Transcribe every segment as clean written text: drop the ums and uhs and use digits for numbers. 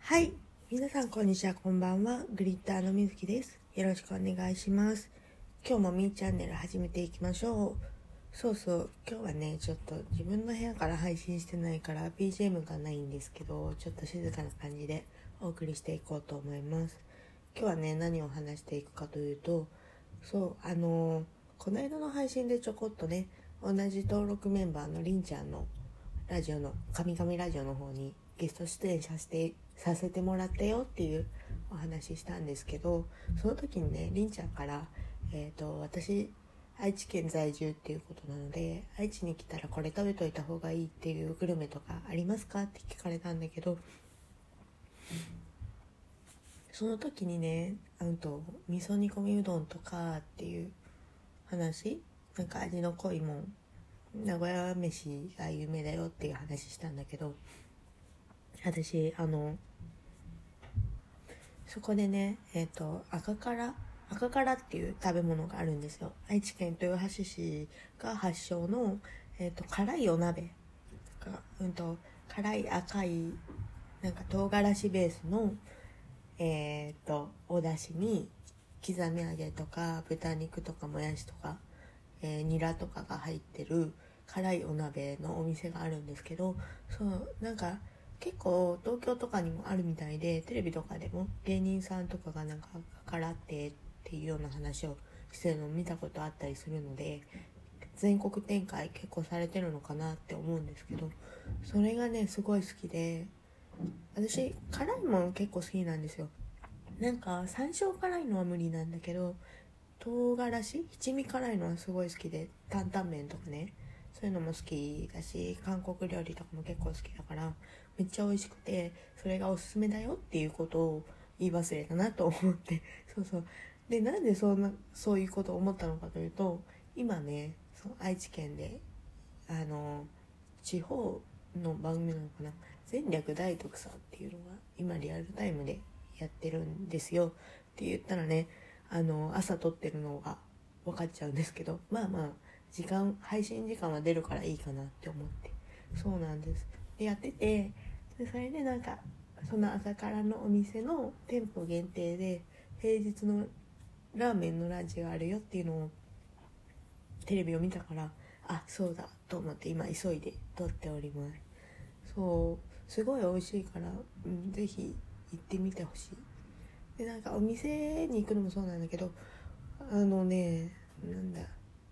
はい、皆さんこんにちは、こんばんは。グリッターのみずきです。よろしくお願いします。今日もみーチャンネル始めていきましょう。今日はね、ちょっと自分の部屋から配信してないから BGM がないんですけど、ちょっと静かな感じでお送りしていこうと思います。今日はね、何を話していくかというと、この間の配信でちょこっとね、同じ登録メンバーのりんちゃんのラジオの神々ラジオの方にゲスト出演させてもらったよっていうお話ししたんですけど、その時にね、りんちゃんから私愛知県在住っていうことなので、愛知に来たらこれ食べといた方がいいっていうグルメとかありますかって聞かれたんだけど、その時にね、味噌煮込みうどんとかっていう話、なんか味の濃いもん、名古屋飯が有名だよっていう話したんだけど、私そこでね、赤からっていう食べ物があるんですよ。愛知県豊橋市が発祥の、辛いお鍋が、辛い赤いなんか唐辛子ベースのお出汁に刻み揚げとか豚肉とかもやしとか、ニラとかが入ってる辛いお鍋のお店があるんですけど、なんか結構東京とかにもあるみたいで、テレビとかでも芸人さんとかがなんか辛ってっていうような話をしてるのを見たことあったりするので、全国展開結構されてるのかなって思うんですけど、それがねすごい好きで、私辛いもん結構好きなんですよ。なんか山椒辛いのは無理なんだけど、唐辛子七味辛いのはすごい好きで、担々麺とかね、そういうのも好きだし、韓国料理とかも結構好きだからめっちゃ美味しくて、それがおすすめだよっていうことを言い忘れたなと思ってで、なんでそういうことを思ったのかというと、今ね、愛知県で地方の番組なのかな、全略大徳さんっていうのが今リアルタイムでやってるんですよって言ったらね、朝撮ってるのが分かっちゃうんですけど、まあ配信時間は出るからいいかなって思って、そうなんです。でやってて、それでなんかその朝からのお店の店舗限定で平日のラーメンのランチがあるよっていうのをテレビを見たから、あ、そうだと思って今急いで撮っております。すごい美味しいから、ぜひ行ってみてほしい。で、なんかお店に行くのもそうなんだけど、なんだ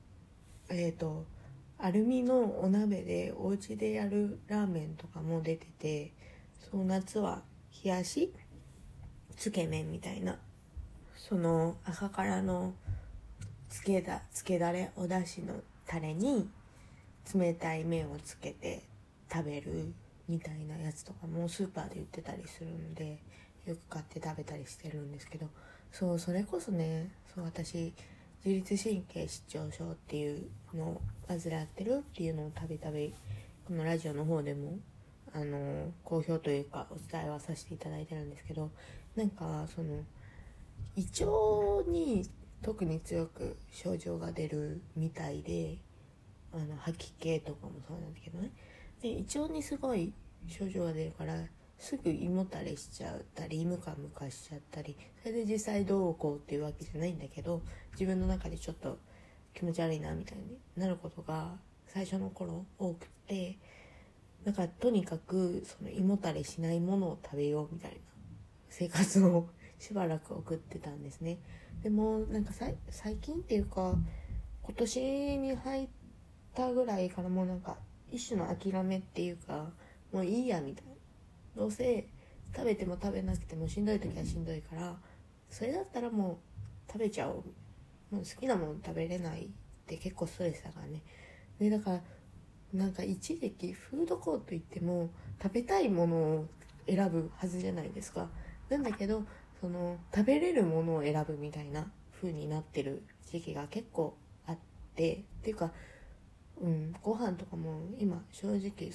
アルミのお鍋でお家でやるラーメンとかも出てて、夏は冷やしつけ麺みたいな、その赤からのつけだれお出汁のタレに冷たい麺をつけて食べるみたいなやつとかもスーパーで売ってたりするので、よく買って食べたりしてるんですけど、それこそね、私自律神経失調症っていうのを患ってるっていうのをたびたびこのラジオの方でも好評というかお伝えはさせていただいてるんですけど、なんか胃腸に特に強く症状が出るみたいで、吐き気とかもそうなんだけどね。で、胃腸にすごい症状が出るからすぐ胃もたれしちゃったり、ムカムカしちゃったり、それで実際どうこうっていうわけじゃないんだけど、自分の中でちょっと気持ち悪いなみたいになることが最初の頃多くて、なんかとにかくその胃もたれしないものを食べようみたいな生活をしばらく送ってたんですね。でもなんか最近っていうか今年に入ったぐらいから、もうなんか一種の諦めっていうか、もういいやみたいな、どうせ食べても食べなくてもしんどい時はしんどいから、それだったらもう食べちゃおう、もう好きなもの食べれないって結構ストレスだからね。でだからなんか一時期フードコート行っても食べたいものを選ぶはずじゃないですか。なんだけど食べれるものを選ぶみたいな風になってる時期が結構あって、っていうか、ご飯とかも今正直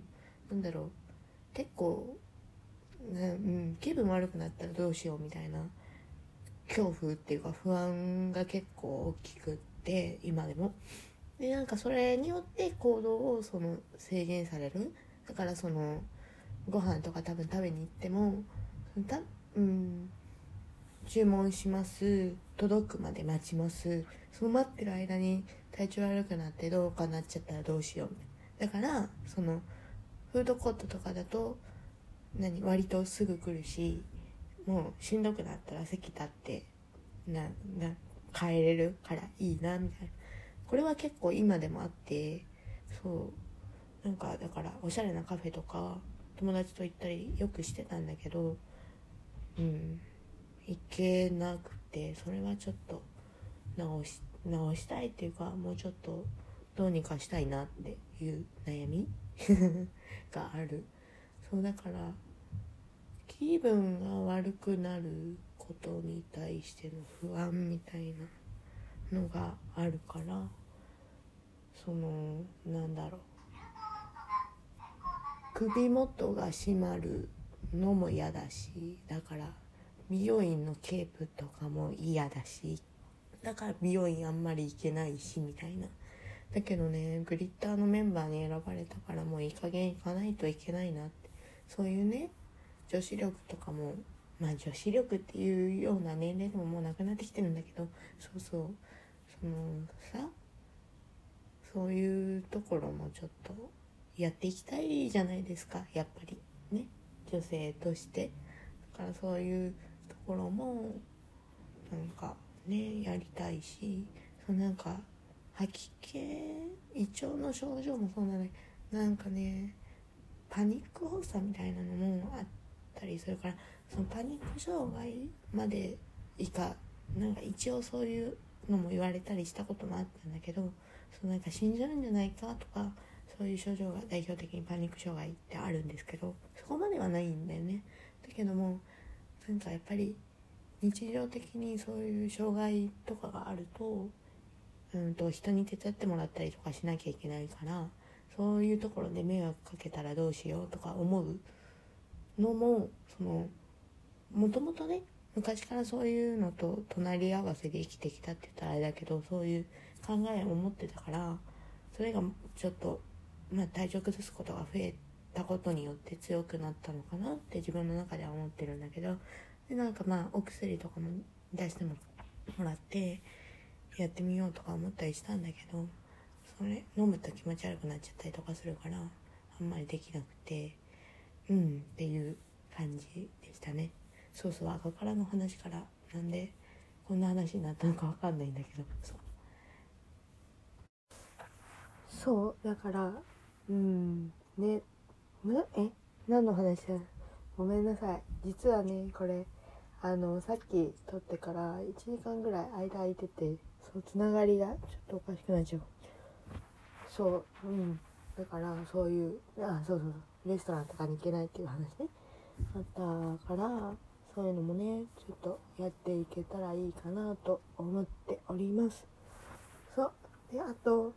結構、気分悪くなったらどうしようみたいな恐怖っていうか不安が結構大きくって、今でも。でなんかそれによって行動を制限される。だからご飯とか多分食べに行ってもた注文します、届くまで待ちます、その待ってる間に体調悪くなってどうかなっちゃったらどうしようみたいな。だからそのフードコートとかだと割とすぐ来るし、もうしんどくなったら席立って帰れるからいいなみたいな。これは結構今でもあって、そうだからおしゃれなカフェとか友達と行ったりよくしてたんだけど、行けなくて、それはちょっと直したいっていうか、もうちょっとどうにかしたいなっていう悩みがある。そうだから気分が悪くなることに対しての不安みたいなのがあるから、首元が締まるのも嫌だし、だから美容院のケープとかも嫌だし、だから美容院あんまり行けないしみたいな。だけどね、グリッターのメンバーに選ばれたからもういい加減行かないといけないなって。そういうね、女子力とかも、女子力っていうような年齢でももうなくなってきてるんだけど、そういうところもちょっとやっていきたいじゃないですか、やっぱりね、女性として。だからそういうところもやりたいし、吐き気、胃腸の症状もそうなのに、パニック発作みたいなのもあったりするから、そのパニック障害まで一応そういうのも言われたりしたこともあったんだけど、死んじゃうんじゃないかとか、そういう症状が代表的にパニック障害ってあるんですけど、そこまではないんだよね。だけどもやっぱり日常的にそういう障害とかがあると、人に手伝ってもらったりとかしなきゃいけないから、そういうところで迷惑かけたらどうしようとか思うのも、もともとね、昔からそういうのと隣り合わせで生きてきたって言ったらあれだけど、そういう考えを持ってたから、それがちょっと体調崩すことが増えたことによって強くなったのかなって自分の中では思ってるんだけど、でお薬とかも出してもらってやってみようとか思ったりしたんだけど、それ飲むと気持ち悪くなっちゃったりとかするから、あんまりできなくてっていう感じでしたね。赤からの話からなんでこんな話になったのかわかんないんだけど、そうだから何の話だ、ごめんなさい。実はね、これさっき撮ってから1時間ぐらい間空いてて、つながりがちょっとおかしくなっちゃう。だからそういうレストランとかに行けないっていう話ねあったから、そういうのもねちょっとやっていけたらいいかなと思っております。で、あと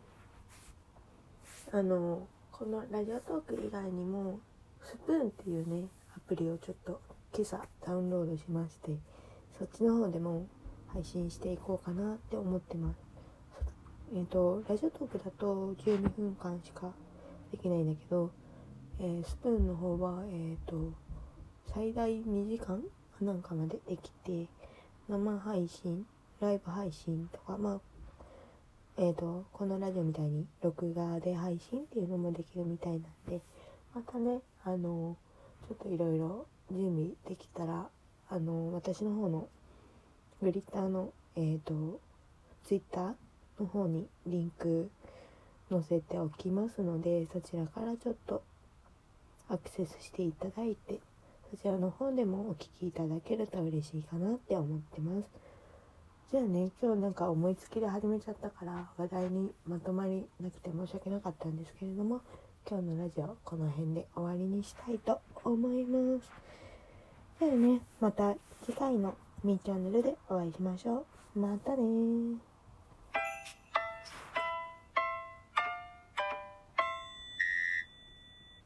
このラジオトーク以外にもスプーンっていうねアプリをちょっと今朝ダウンロードしまして、そっちの方でも配信していこうかなって思ってます。ラジオトークだと12分間しかできないんだけど、スプーンの方は最大2時間なんかまでできて、生配信、ライブ配信とか、このラジオみたいに録画で配信っていうのもできるみたいなんで、またねちょっといろいろ準備できたら私の方のグリッターのツイッターの方にリンク載せておきますので、そちらからちょっとアクセスしていただいて、そちらの方でもお聞きいただけると嬉しいかなって思ってます。じゃあね、今日思いつきで始めちゃったから話題にまとまりなくて申し訳なかったんですけれども、今日のラジオこの辺で終わりにしたいと思います。じゃあね、また次回のみーチャンネルでお会いしましょう。またねー。